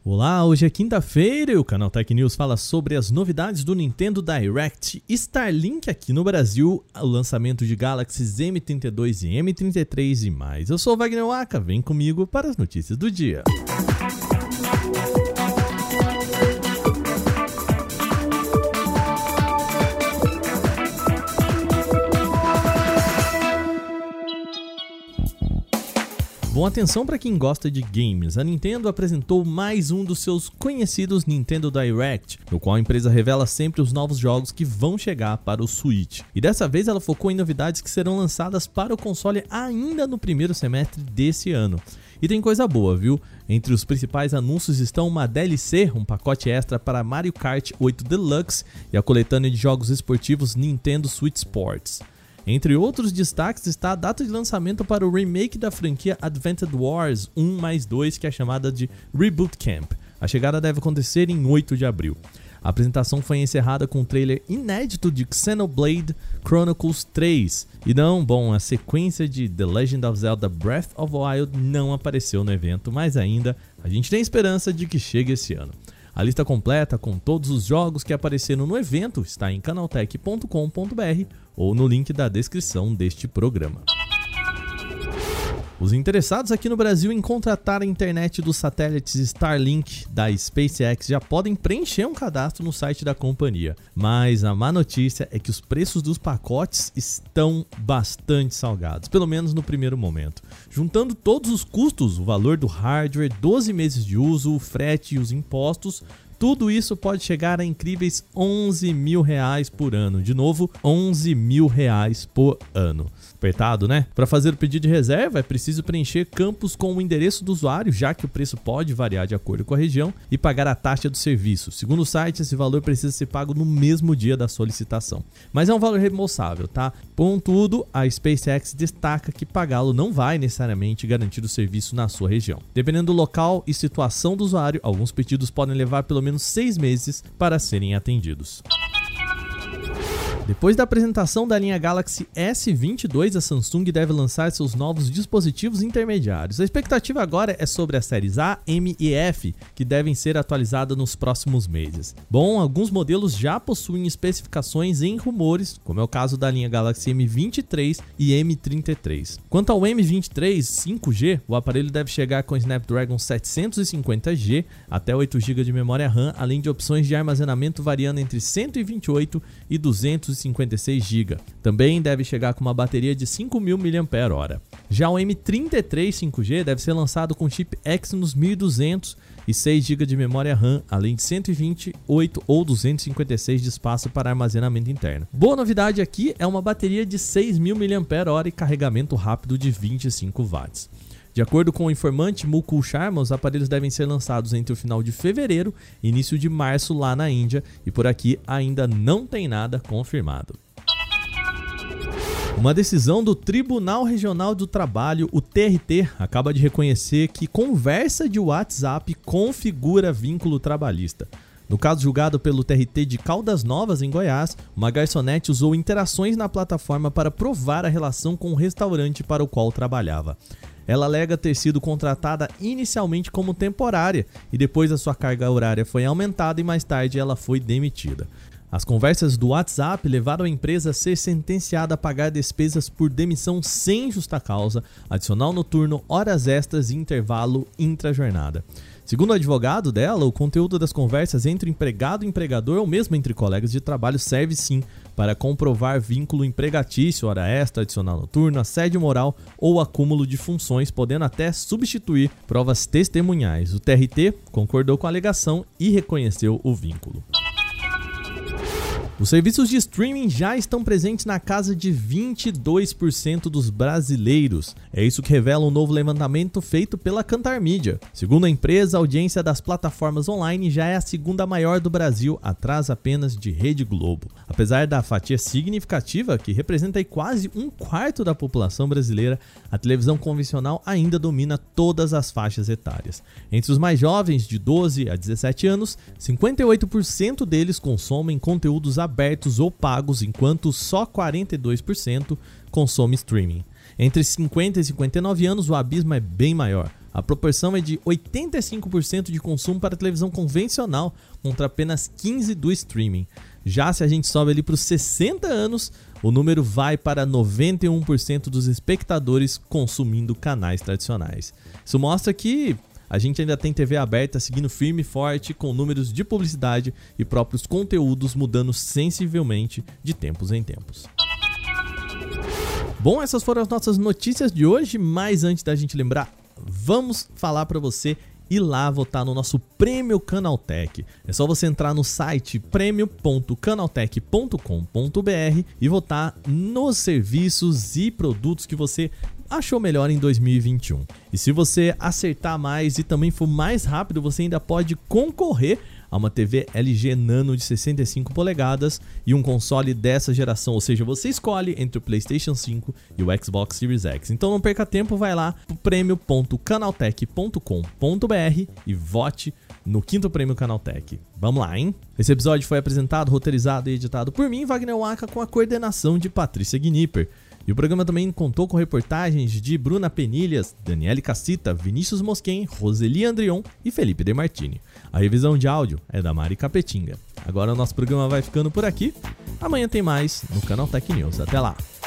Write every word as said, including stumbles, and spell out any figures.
Olá, hoje é quinta-feira e o Canal Tech News fala sobre as novidades do Nintendo Direct, Starlink aqui no Brasil, o lançamento de Galaxy M trinta e dois e M trinta e três e mais. Eu sou o Wagner Waka, vem comigo para as notícias do dia. Bom, atenção para quem gosta de games, a Nintendo apresentou mais um dos seus conhecidos Nintendo Direct, no qual a empresa revela sempre os novos jogos que vão chegar para o Switch. E dessa vez ela focou em novidades que serão lançadas para o console ainda no primeiro semestre desse ano. E tem coisa boa, viu? Entre os principais anúncios estão uma D L C, um pacote extra para Mario Kart oito Deluxe e a coletânea de jogos esportivos Nintendo Switch Sports. Entre outros destaques está a data de lançamento para o remake da franquia Advanced Wars um mais dois, que é chamada de Reboot Camp. A chegada deve acontecer em oito de abril. A apresentação foi encerrada com um trailer inédito de Xenoblade Chronicles três. E não, bom, a sequência de The Legend of Zelda Breath of the Wild não apareceu no evento, mas ainda a gente tem esperança de que chegue esse ano. A lista completa com todos os jogos que apareceram no evento está em canaltech ponto com ponto br ou no link da descrição deste programa. Os interessados aqui no Brasil em contratar a internet dos satélites Starlink da SpaceX já podem preencher um cadastro no site da companhia. Mas a má notícia é que os preços dos pacotes estão bastante salgados, pelo menos no primeiro momento. Juntando todos os custos, o valor do hardware, doze meses de uso, o frete e os impostos, tudo isso pode chegar a incríveis onze mil reais por ano. De novo, onze mil reais por ano. Apertado, né? Para fazer o pedido de reserva é preciso preencher campos com o endereço do usuário, já que o preço pode variar de acordo com a região, e pagar a taxa do serviço. Segundo o site, esse valor precisa ser pago no mesmo dia da solicitação. Mas é um valor reembolsável, tá? Contudo, a SpaceX destaca que pagá-lo não vai necessariamente garantir o serviço na sua região. Dependendo do local e situação do usuário, alguns pedidos podem levar pelo menos seis meses para serem atendidos. Depois da apresentação da linha Galaxy S vinte e dois, a Samsung deve lançar seus novos dispositivos intermediários. A expectativa agora é sobre as séries A, M e F, que devem ser atualizadas nos próximos meses. Bom, alguns modelos já possuem especificações em rumores, como é o caso da linha Galaxy M vinte e três e M trinta e três. Quanto ao M vinte e três cinco G, o aparelho deve chegar com Snapdragon setecentos e cinquenta G, até oito gigas de memória RAM, além de opções de armazenamento variando entre cento e vinte e oito e duzentos e cinquenta e seis gigas. Também deve chegar com uma bateria de cinco mil miliampères-hora. Já o M trinta e três cinco G deve ser lançado com chip Exynos mil e duzentos e seis gigas de memória RAM, além de cento e vinte e oito ou duzentos e cinquenta e seis de espaço para armazenamento interno. Boa novidade aqui é uma bateria de seis mil miliampères-hora e carregamento rápido de vinte e cinco watts. De acordo com o informante Mukul Sharma, os aparelhos devem ser lançados entre o final de fevereiro e início de março lá na Índia, e por aqui ainda não tem nada confirmado. Uma decisão do Tribunal Regional do Trabalho, o T R T, acaba de reconhecer que conversa de WhatsApp configura vínculo trabalhista. No caso julgado pelo T R T de Caldas Novas, em Goiás, uma garçonete usou interações na plataforma para provar a relação com o restaurante para o qual trabalhava. Ela alega ter sido contratada inicialmente como temporária e depois a sua carga horária foi aumentada e mais tarde ela foi demitida. As conversas do WhatsApp levaram a empresa a ser sentenciada a pagar despesas por demissão sem justa causa, adicional noturno, horas extras e intervalo intra-jornada. Segundo o advogado dela, o conteúdo das conversas entre empregado e empregador ou mesmo entre colegas de trabalho serve sim para comprovar vínculo empregatício, hora extra, adicional noturno, assédio moral ou acúmulo de funções, podendo até substituir provas testemunhais. O T R T concordou com a alegação e reconheceu o vínculo. Os serviços de streaming já estão presentes na casa de vinte e dois por cento dos brasileiros. É isso que revela um novo levantamento feito pela Kantar Mídia. Segundo a empresa, a audiência das plataformas online já é a segunda maior do Brasil, atrás apenas de Rede Globo. Apesar da fatia significativa, que representa aí quase um quarto da população brasileira, a televisão convencional ainda domina todas as faixas etárias. Entre os mais jovens, de doze a dezessete anos, cinquenta e oito por cento deles consomem conteúdos abertos ou pagos, enquanto só quarenta e dois por cento consome streaming. Entre cinquenta e cinquenta e nove anos, o abismo é bem maior. A proporção é de oitenta e cinco por cento de consumo para televisão convencional, contra apenas quinze por cento do streaming. Já se a gente sobe ali para os sessenta anos, o número vai para noventa e um por cento dos espectadores consumindo canais tradicionais. Isso mostra que a gente ainda tem T V aberta seguindo firme e forte, com números de publicidade e próprios conteúdos mudando sensivelmente de tempos em tempos. Bom, essas foram as nossas notícias de hoje, mas antes da gente lembrar, vamos falar para você ir lá votar no nosso Prêmio Canaltech. É só você entrar no site prêmio ponto canaltech ponto com ponto br e votar nos serviços e produtos que você achou melhor em dois mil e vinte e um. E se você acertar mais e também for mais rápido, você ainda pode concorrer a uma T V L G Nano de sessenta e cinco polegadas e um console dessa geração, ou seja, você escolhe entre o PlayStation cinco e o Xbox Series X. Então não perca tempo, vai lá pro prêmio ponto canaltech ponto com ponto br e vote no quinto Prêmio Canaltech. Vamos lá, hein? Esse episódio foi apresentado, roteirizado e editado por mim, Wagner Waka, com a coordenação de Patrícia Gnipper. E o programa também contou com reportagens de Bruna Penilhas, Daniele Cassita, Vinícius Mosquen, Roseli Andrion e Felipe De Martini. A revisão de áudio é da Mari Capetinga. Agora o nosso programa vai ficando por aqui. Amanhã tem mais no Canaltech News. Até lá!